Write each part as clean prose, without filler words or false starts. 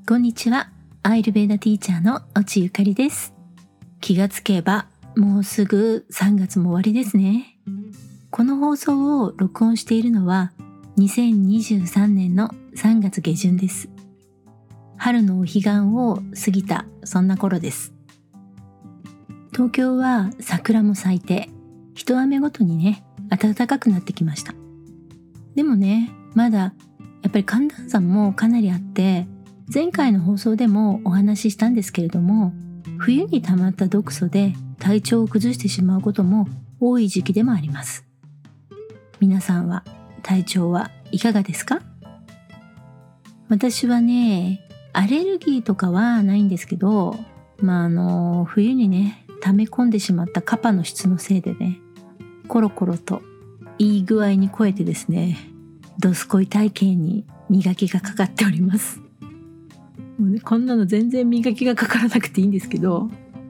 こんにちは。アイルベーダティーチャーの越智ゆかりです。気がつけばもうすぐ3月も終わりですね。この放送を録音しているのは2023年の3月下旬です。春のお彼岸を過ぎたそんな頃です。東京は桜も咲いて一雨ごとにね暖かくなってきました。でもねまだやっぱり寒暖差もかなりあって前回の放送でもお話ししたんですけれども、冬に溜まった毒素で体調を崩してしまうことも多い時期でもあります。皆さんは体調はいかがですか？私はね、アレルギーとかはないんですけど、冬にね、溜め込んでしまったカパの質のせいでね、コロコロといい具合に超えてですね、どすこい体型に磨きがかかっております。こんなの全然磨きがかからなくていいんですけど、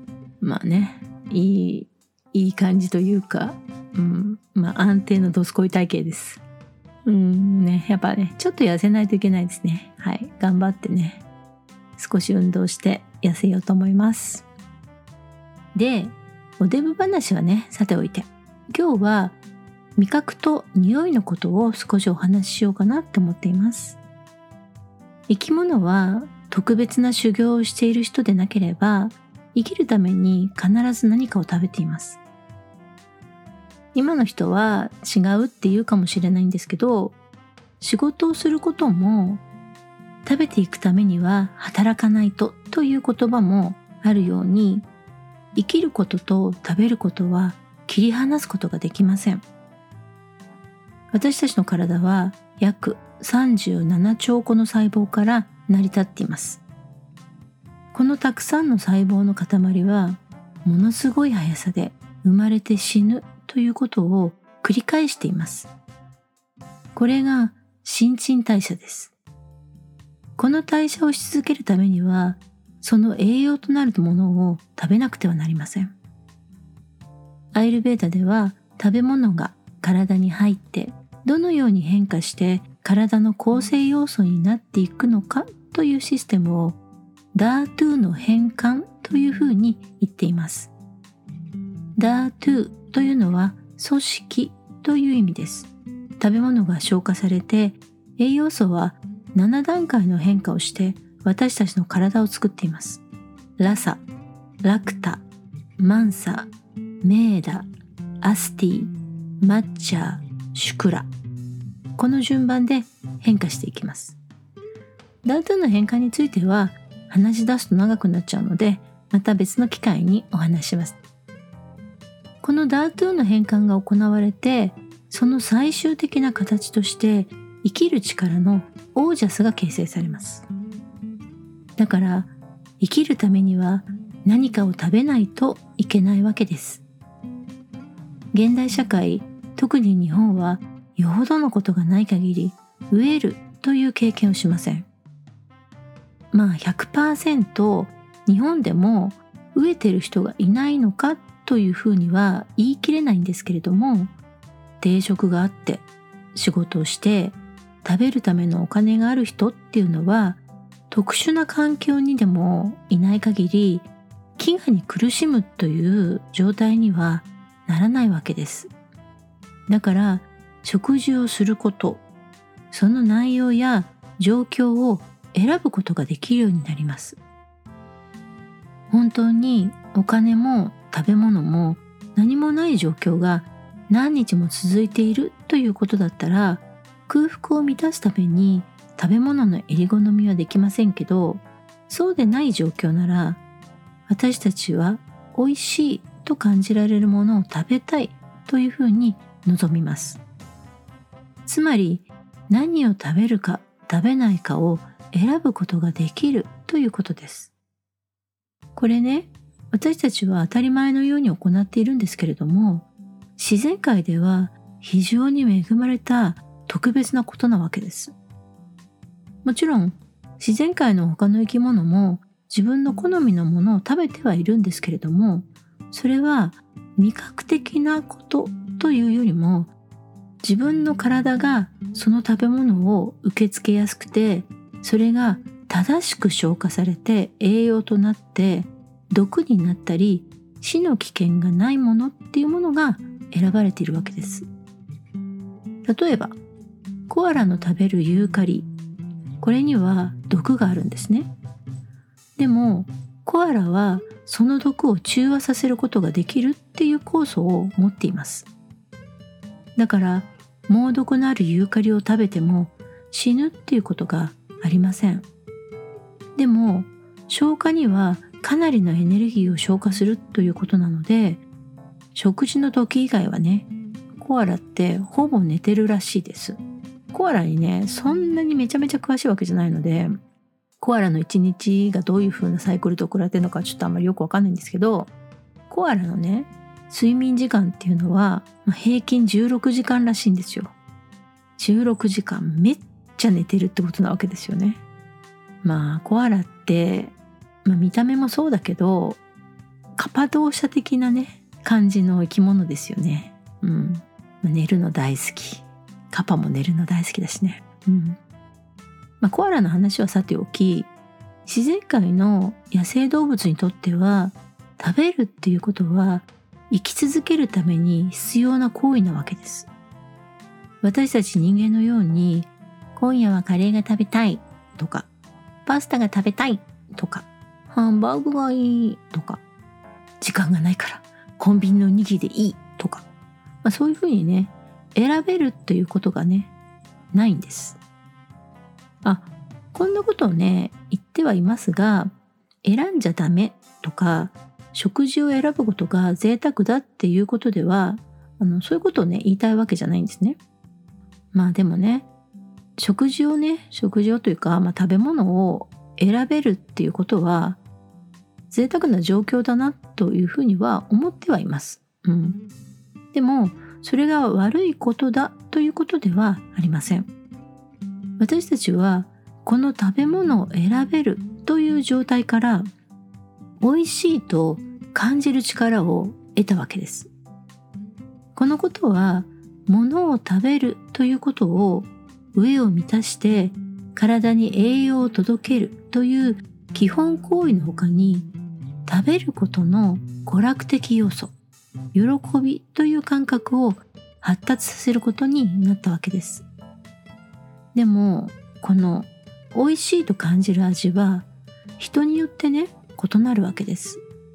いい感じというか、安定のどすこい体型です。やっぱね、ちょっと痩せないといけないですね。はい、頑張ってね、少し運動して痩せようと思います。で、おデブ話はね、さておいて、今日は味覚と匂いのことを少しお話ししようかなって思っています。生き物は特別な修行をしている人でなければ生きるために必ず何かを食べています。今の人は違うって言うかもしれないんですけど、仕事をすることも食べていくためには働かないとという言葉もあるように、生きることと食べることは切り離すことができません。私たちの体は約37兆個の細胞から成り立っています。このたくさんの細胞の塊はものすごい速さで生まれて死ぬということを繰り返しています。これが新陳代謝です。この代謝をし続けるためにはその栄養となるものを食べなくてはなりません。アイルベーダでは食べ物が体に入ってどのように変化して体の構成要素になっていくのかというシステムをダートゥーの変換というふうに言っています。ダートゥーというのは組織という意味です。食べ物が消化されて栄養素は7段階の変化をして私たちの体を作っています。ラサ、ラクタ、マンサ、メーダ、アスティ、マッチャー、シュクラ、この順番で変化していきます。ダートゥーの変化については話し出すと長くなっちゃうので、また別の機会にお話しします。このダートゥーの変換が行われて、その最終的な形として生きる力のオージャスが形成されます。だから生きるためには何かを食べないといけないわけです。現代社会、特に日本はよほどのことがない限り飢えるという経験をしません。100% 日本でも飢えてる人がいないのかというふうには言い切れないんですけれども、定職があって仕事をして食べるためのお金がある人っていうのは特殊な環境にでもいない限り飢餓に苦しむという状態にはならないわけです。だから食事をすること、その内容や状況を選ぶことができるようになります。本当にお金も食べ物も何もない状況が何日も続いているということだったら、空腹を満たすために食べ物のえり好みはできませんけど、そうでない状況なら私たちは美味しいと感じられるものを食べたいというふうに望みます。つまり何を食べるか食べないかを選ぶことができるということです。これね、私たちは当たり前のように行っているんですけれども、自然界では非常に恵まれた特別なことなわけです。もちろん自然界の他の生き物も自分の好みのものを食べてはいるんですけれども、それは味覚的なことというよりも自分の体がその食べ物を受け付けやすくて、それが正しく消化されて栄養となって毒になったり死の危険がないものっていうものが選ばれているわけです。例えばコアラの食べるユーカリ、これには毒があるんですね。でもコアラはその毒を中和させることができるっていう酵素を持っています。だから猛毒のあるユーカリを食べても死ぬっていうことがありません。でも消化にはかなりのエネルギーを消化するということなので、食事の時以外はね、コアラってほぼ寝てるらしいです。コアラにね、そんなにめちゃめちゃ詳しいわけじゃないので、コアラの一日がどういう風なサイクルと比べてるのかちょっとあんまりよくわかんないんですけど、コアラのね、睡眠時間っていうのは平均16時間らしいんですよ。16時間めっちゃ寝てるってことなわけですよね。コアラって、見た目もそうだけどカパドーシャ的なね感じの生き物ですよね。寝るの大好き。カパも寝るの大好きだしね。コアラの話はさておき、自然界の野生動物にとっては食べるっていうことは生き続けるために必要な行為なわけです。私たち人間のように今夜はカレーが食べたいとかパスタが食べたいとかハンバーグがいいとか時間がないからコンビニのおにぎりでいいとか、そういうふうにね選べるということがねないんです。こんなことをね言ってはいますが、選んじゃダメとか食事を選ぶことが贅沢だっていうことではそういうことをね言いたいわけじゃないんですね。でもね食事をというか、食べ物を選べるっていうことは贅沢な状況だなというふうには思ってはいます。でもそれが悪いことだということではありません。私たちはこの食べ物を選べるという状態から美味しいと感じる力を得たわけです。このことは物を食べるということを飢えを満たして体に栄養を届けるという基本行為の他に、食べることの娯楽的要素、喜びという感覚を発達させることになったわけです。でもこの美味しいと感じる味は人によってね異なるわけです。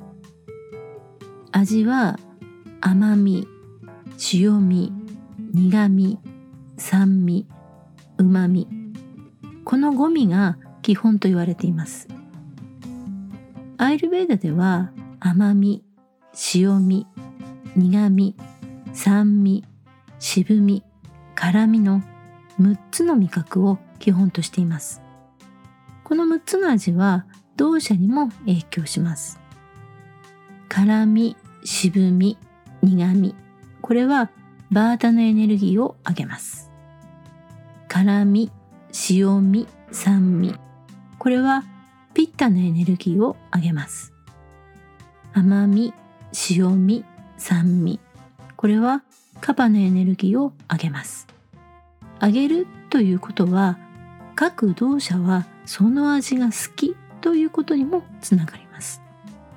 味は甘み、塩味、苦味、酸味、旨味、この5味が基本と言われています。アイルベーダでは甘み、塩味、苦味、酸味、渋み、辛みの6つの味覚を基本としています。この6つの味は動作にも影響します。辛み、渋み、苦み、これはバータのエネルギーを上げます。辛み、塩味、酸味、これはピッタのエネルギーを上げます。甘み、塩味、酸味、これはカパのエネルギーを上げます。上げるということは各動作はその味が好きということにもつながります。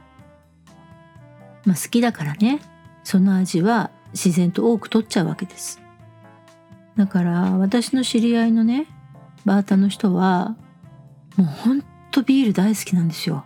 好きだからね、その味は自然と多く取っちゃうわけです。だから私の知り合いのねバータの人はもうほんとビール大好きなんですよ。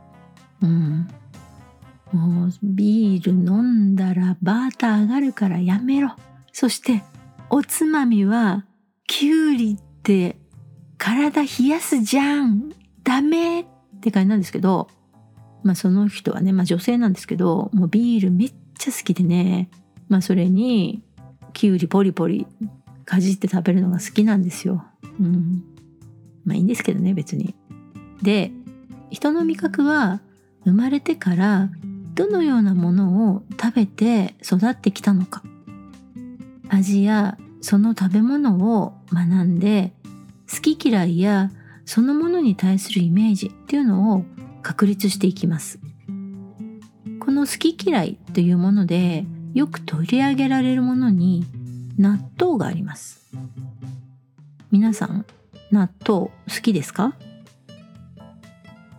もうビール飲んだらバータ上がるからやめろ。そしておつまみはキュウリって体冷やすじゃん、ダメって感じなんですけど、その人はね、女性なんですけど、もうビールめっちゃ好きでね、それにキュウリポリポリかじって食べるのが好きなんですよ。いいんですけどね別に。で、人の味覚は生まれてからどのようなものを食べて育ってきたのか、味やその食べ物を学んで好き嫌いやそのものに対するイメージっていうのを確立していきます。この好き嫌いというものでよく取り上げられるものに納豆があります。皆さん納豆好きですか？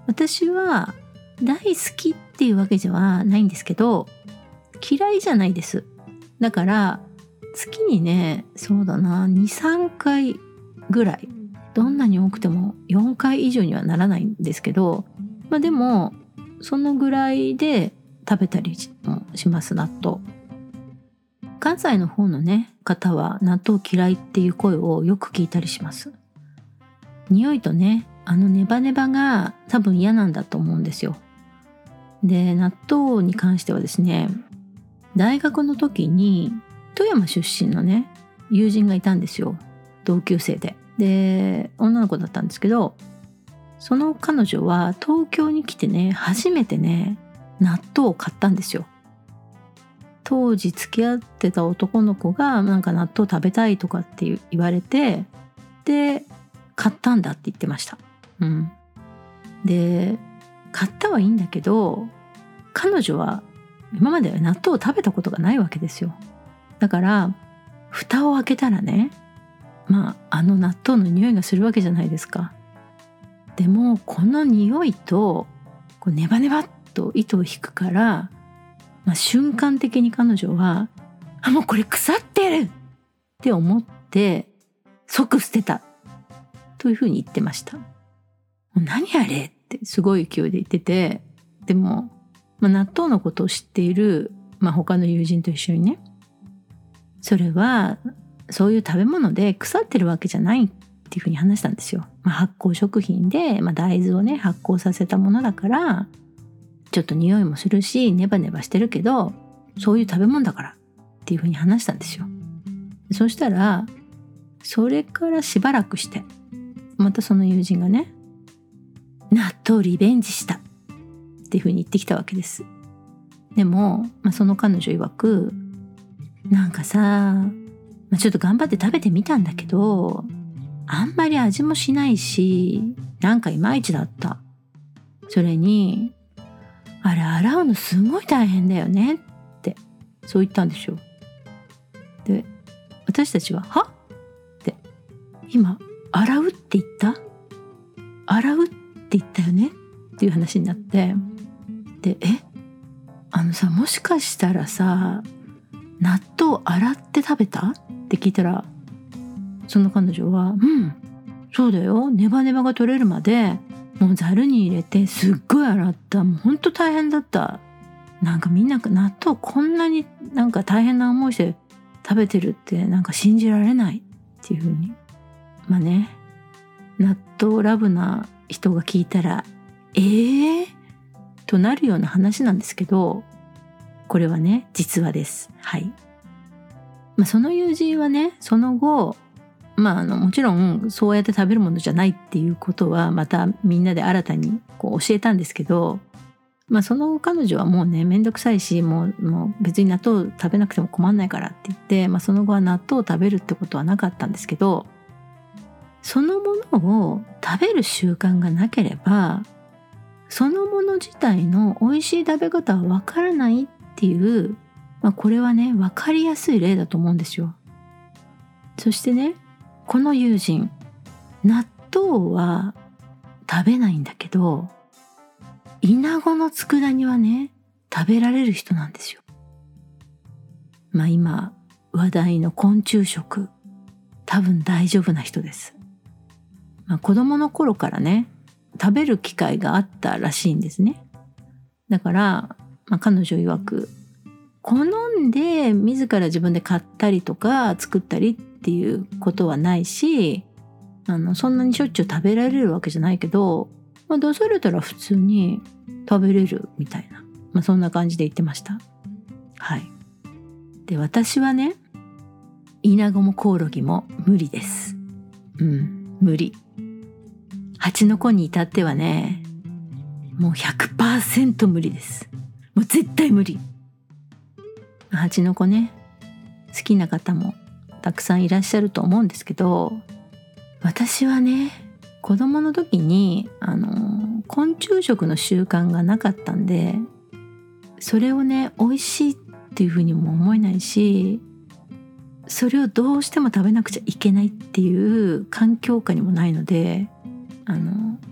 私は大好きっていうわけではないんですけど、嫌いじゃないです。だから月にね、そうだな、2、3回ぐらい、どんなに多くても4回以上にはならないんですけど、でもそのぐらいで食べたりもします、納豆。関西の方のね方は納豆嫌いっていう声をよく聞いたりします。匂いとね、ネバネバが多分嫌なんだと思うんですよ。で、納豆に関してはですね、大学の時に富山出身のね友人がいたんですよ。同級生で女の子だったんですけど、その彼女は東京に来てね初めてね納豆を買ったんですよ。当時付き合ってた男の子がなんか納豆食べたいとかって言われて、で買ったんだって言ってました。で買ったはいいんだけど、彼女は今までは納豆を食べたことがないわけですよ。だから蓋を開けたらね、納豆の匂いがするわけじゃないですか。でもこの匂いとこうネバネバっと糸を引くから、瞬間的に彼女はもうこれ腐ってるって思って即捨てたというふうに言ってました。何あれってすごい勢いで言ってて、でも、納豆のことを知っている、他の友人と一緒にね、それはそういう食べ物で腐ってるわけじゃないっていうふうに話したんですよ。発酵食品で、大豆をね発酵させたものだからちょっと匂いもするしネバネバしてるけど、そういう食べ物だからっていうふうに話したんですよ。そしたらそれからしばらくしてまたその友人がね、納豆リベンジしたっていうふうに言ってきたわけです。でも、その彼女曰く、なんかさ、ちょっと頑張って食べてみたんだけど、あんまり味もしないし、なんかいまいちだった。それにあれ洗うのすごい大変だよねってそう言ったんですよ。で、私たちははって今洗うって言った？洗うって言ったよねっていう話になって、でさ、もしかしたらさ納豆洗って食べたって聞いたら、その彼女はそうだよ、ネバネバが取れるまでもうざるに入れてすっごい洗った、もうほんと大変だった、なんかみんな納豆こんなになんか大変な思いして食べてるってなんか信じられないっていう風に、納豆ラブな人が聞いたらとなるような話なんですけど、これはね実話です。はい。その友人はねその後もちろんそうやって食べるものじゃないっていうことはまたみんなで新たにこう教えたんですけど、その彼女はもうねめんどくさいし、もう別に納豆食べなくても困んないからって言って、その後は納豆を食べるってことはなかったんですけど、そのものを食べる習慣がなければそのもの自体の美味しい食べ方はわからないっていう、これはねわかりやすい例だと思うんですよ。そしてね、この友人納豆は食べないんだけどイナゴの佃煮はね食べられる人なんですよ。今話題の昆虫食、多分大丈夫な人です。子供の頃からね食べる機会があったらしいんですね。だから、彼女曰く好んで自ら自分で買ったりとか作ったりっていうことはないし、そんなにしょっちゅう食べられるわけじゃないけど、出されたら普通に食べれるみたいな、そんな感じで言ってました。はい。で、私はねイナゴもコオロギも無理です。無理。蜂の子に至ってはねもう 100% 無理です。もう絶対無理。蜂の子ね好きな方もたくさんいらっしゃると思うんですけど、私はね子供の時に昆虫食の習慣がなかったんで、それをね美味しいっていうふうにも思えないし、それをどうしても食べなくちゃいけないっていう環境下にもないので、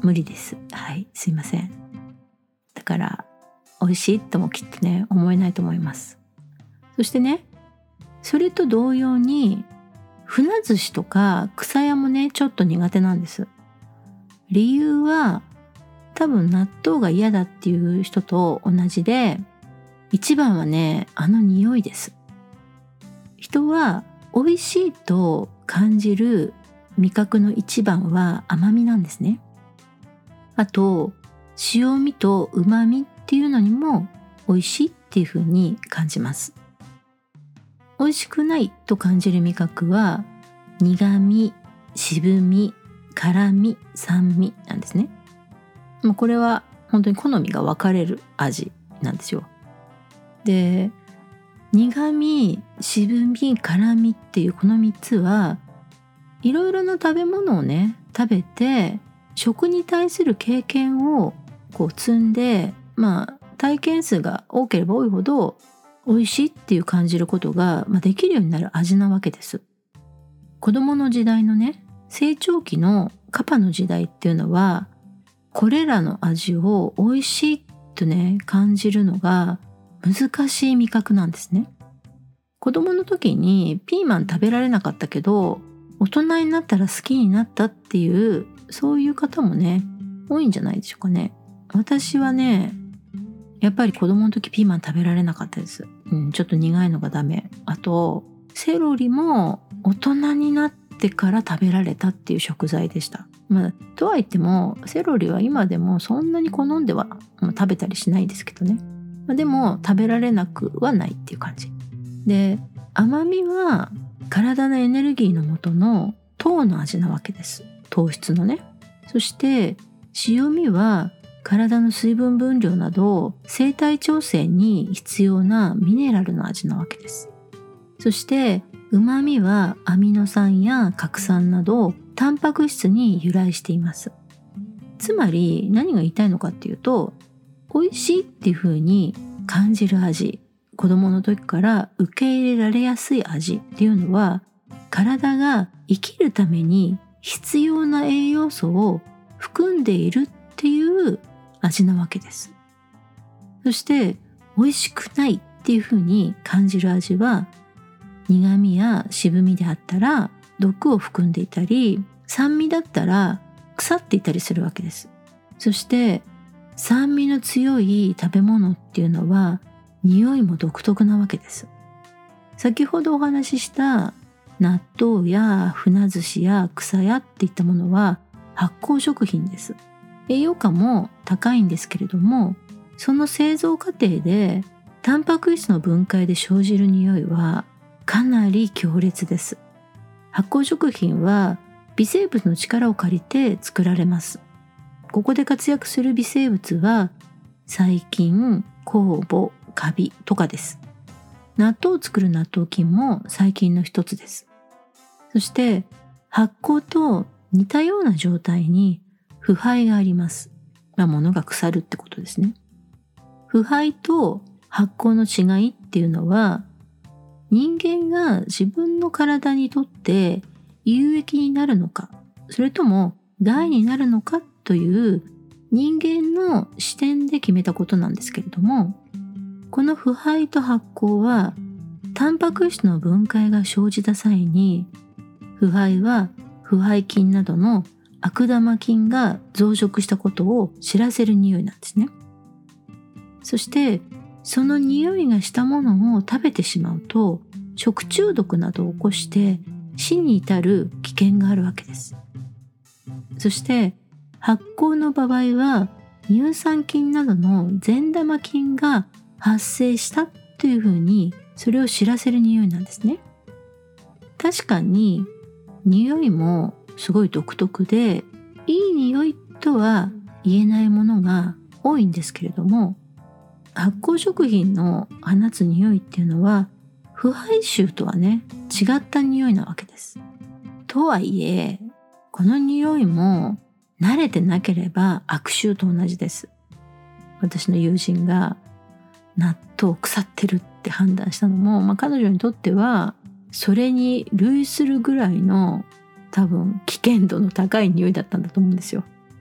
無理です。はい、すいません。だから美味しいともきっとね思えないと思います。そしてね、それと同様に船寿司とか草屋もねちょっと苦手なんです。理由は多分納豆が嫌だっていう人と同じで、一番はね匂いです。人は美味しいと感じる味覚の一番は甘みなんですね。あと塩味と旨味っていうのにも美味しいっていう風に感じます。美味しくないと感じる味覚は苦味、渋み、辛み、酸味なんですね。もうこれは本当に好みが分かれる味なんですよ。で、苦味、渋み、辛みっていうこの3つはいろいろな食べ物をね食べて食に対する経験を積んで、体験数が多ければ多いほど美味しいっていう感じることが、できるようになる味なわけです。子供の時代のね成長期のカパの時代っていうのはこれらの味を美味しいとね感じるのが難しい味覚なんですね。子供の時にピーマン食べられなかったけど大人になったら好きになったっていうそういう方もね多いんじゃないでしょうかね。私はねやっぱり子供の時ピーマン食べられなかったです。ちょっと苦いのがダメ。あとセロリも大人になってから食べられたっていう食材でした。とは言ってもセロリは今でもそんなに好んでは食べたりしないですけどね。でも食べられなくはないっていう感じで、甘みは体のエネルギーの元の糖の味なわけです。糖質のね。そして塩味は体の水分分量など生体調整に必要なミネラルの味なわけです。そして旨味はアミノ酸や核酸などタンパク質に由来しています。つまり何が言いたいのかっていうと、美味しいっていう風に感じる味、子供の時から受け入れられやすい味っていうのは体が生きるために必要な栄養素を含んでいるっていう味なわけです。そして美味しくないっていう風に感じる味は苦味や渋みであったら毒を含んでいたり、酸味だったら腐っていたりするわけです。そして酸味の強い食べ物っていうのは匂いも独特なわけです。先ほどお話しした納豆や船寿司や草屋っていったものは発酵食品です。栄養価も高いんですけれども、その製造過程でタンパク質の分解で生じる匂いはかなり強烈です。発酵食品は微生物の力を借りて作られます。ここで活躍する微生物は細菌、酵母、カビとかです。納豆を作る納豆菌も細菌の一つです。そして発酵と似たような状態に腐敗があります。物が腐るってことですね。腐敗と発酵の違いっていうのは人間が自分の体にとって有益になるのか、それとも害になるのかという人間の視点で決めたことなんですけれども、この腐敗と発酵はタンパク質の分解が生じた際に、腐敗は腐敗菌などの悪玉菌が増殖したことを知らせる匂いなんですね。そしてその匂いがしたものを食べてしまうと食中毒などを起こして死に至る危険があるわけです。そして発酵の場合は乳酸菌などの善玉菌が発生したというふうにそれを知らせる匂いなんですね。確かに匂いもすごい独特でいい匂いとは言えないものが多いんですけれども、発酵食品の放つ匂いっていうのは腐敗臭とはね違った匂いなわけです。とはいえこの匂いも慣れてなければ悪臭と同じです。私の友人が納豆腐ってるって判断したのも、彼女にとってはそれに類するぐらいの多分危険度の高い匂いだったんだと思うんですよ。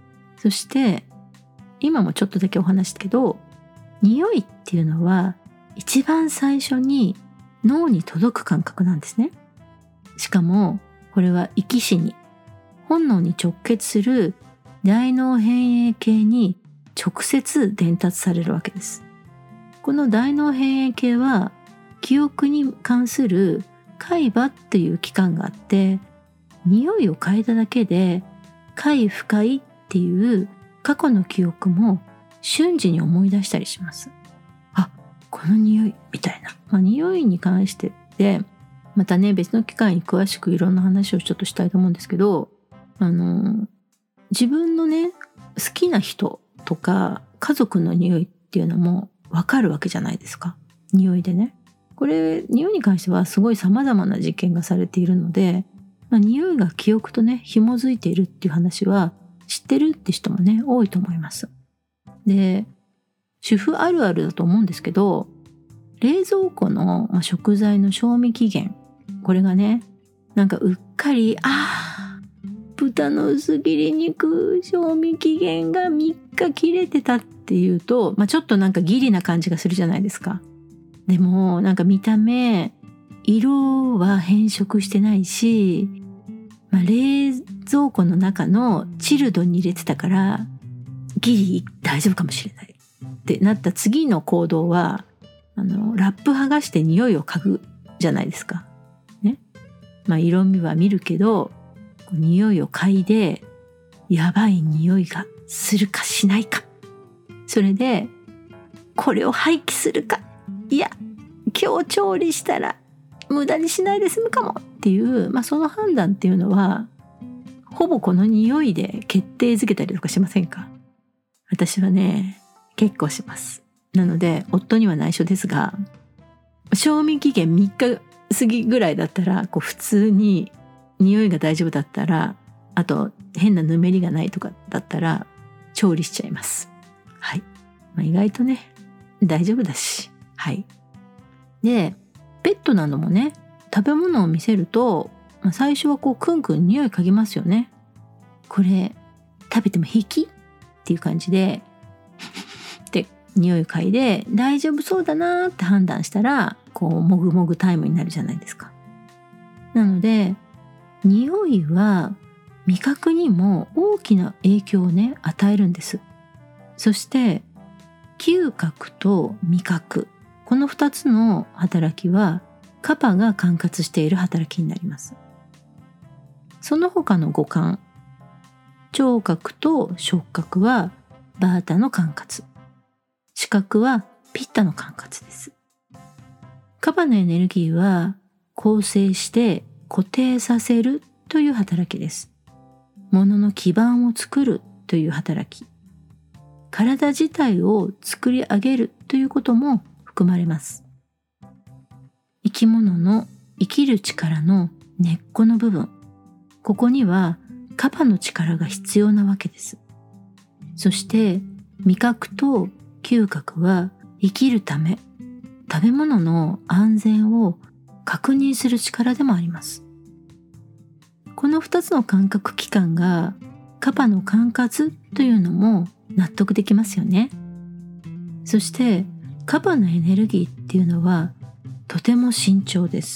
そして今もちょっとだけお話したけど、匂いっていうのは一番最初に脳に届く感覚なんですね。しかもこれは生き死に、本能に直結する大脳辺縁系に直接伝達されるわけです。この大脳辺縁系は記憶に関する海馬っていう器官があって、匂いを嗅いだだけで快不快っていう過去の記憶も瞬時に思い出したりします。あ、この匂いみたいな、匂いに関してってまたね、別の機会に詳しくいろんな話をちょっとしたいと思うんですけど、自分のね、好きな人とか家族の匂いっていうのもわかるわけじゃないですか。匂いでね。これ、匂いに関してはすごい様々な実験がされているので、匂いが記憶とね、紐づいているっていう話は知ってるって人もね、多いと思います。で、主婦あるあるだと思うんですけど、冷蔵庫の食材の賞味期限、これがね、なんかうっかり、豚の薄切り肉賞味期限が3日切れてたっていうと、ちょっとなんかギリな感じがするじゃないですか。でもなんか見た目、色は変色してないし、冷蔵庫の中のチルドに入れてたからギリ大丈夫かもしれないってなった次の行動は、ラップ剥がして匂いを嗅ぐじゃないですか。ね。色味は見るけど、匂いを嗅いで、やばい匂いがするかしないか。それで、これを廃棄するか。いや、今日調理したら無駄にしないで済むかもっていう、その判断っていうのは、ほぼこの匂いで決定づけたりとかしませんか？私はね、結構します。なので夫には内緒ですが、賞味期限3日過ぎぐらいだったら普通に匂いが大丈夫だったら、あと変なぬめりがないとかだったら調理しちゃいます。はい。意外とね大丈夫だし、はい。で、ペットなどもね、食べ物を見せると、最初はクンクン匂い嗅ぎますよね。これ食べても平気っていう感じでって匂い嗅いで大丈夫そうだなって判断したら、もぐもぐタイムになるじゃないですか。なので匂いは味覚にも大きな影響をね与えるんです。そして嗅覚と味覚、この2つの働きはカパが管轄している働きになります。その他の五感、聴覚と触覚はバータの管轄、視覚はピッタの管轄です。カパのエネルギーは構成して固定させるという働きです。物の基盤を作るという働き、体自体を作り上げるということも含まれます。生き物の生きる力の根っこの部分、ここにはカパの力が必要なわけです。そして味覚と嗅覚は生きるため、食べ物の安全を確認する力でもあります。この2つの感覚器官がカパの管轄というのも納得できますよね。そしてカパのエネルギーっていうのはとても慎重です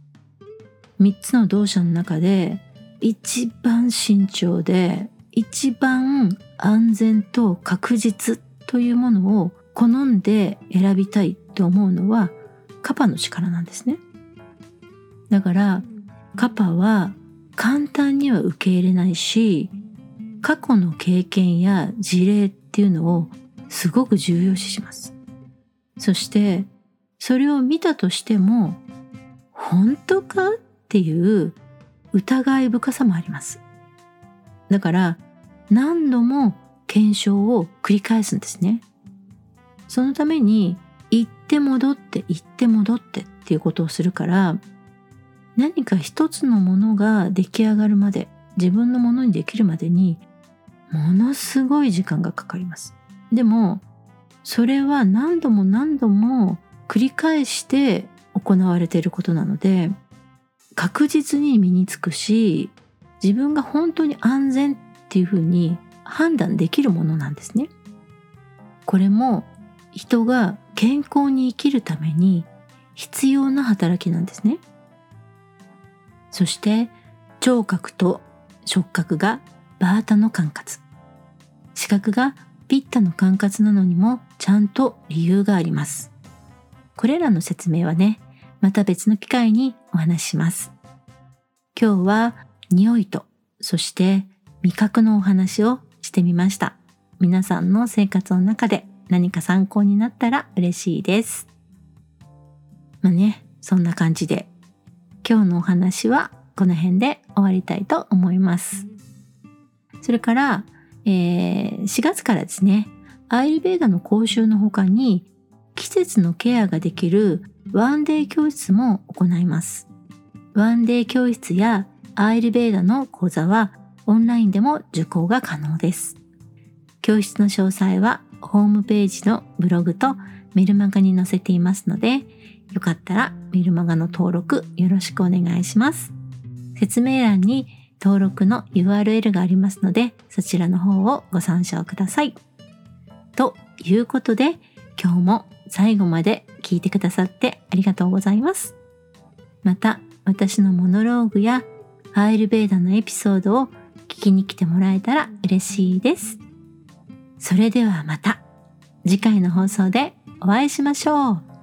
。3つの動作の中で一番慎重で一番安全と確実というものを好んで選びたいと思うのはカパの力なんですね。だからカパは簡単には受け入れないし、過去の経験や事例っていうのをすごく重要視します。そしてそれを見たとしても本当かっていう疑い深さもあります。だから何度も検証を繰り返すんですね。そのために行って戻って行って戻ってっていうことをするから、何か一つのものが出来上がるまで、自分のものにできるまでにものすごい時間がかかります。でもそれは何度も何度も繰り返して行われていることなので、確実に身につくし、自分が本当に安全っていうふうに判断できるものなんですね。これも人が健康に生きるために必要な働きなんですね。そして聴覚と触覚がバータの管轄、視覚がピッタの管轄なのにもちゃんと理由があります。これらの説明はね、また別の機会にお話しします。今日は匂いと、そして味覚のお話をしてみました。皆さんの生活の中で何か参考になったら嬉しいです。そんな感じで今日のお話はこの辺で終わりたいと思います。それから、4月からですね、アーユルヴェーダの講習の他に季節のケアができるワンデー教室も行います。ワンデー教室やアーユルヴェーダの講座はオンラインでも受講が可能です。教室の詳細はホームページのブログとメルマガに載せていますので、よかったらメルマガの登録よろしくお願いします。説明欄に登録の URL がありますので、そちらの方をご参照ください。ということで、今日も最後まで聞いてくださってありがとうございます。また、私のモノローグやアーユルヴェーダのエピソードを聞きに来てもらえたら嬉しいです。それではまた次回の放送でお会いしましょう。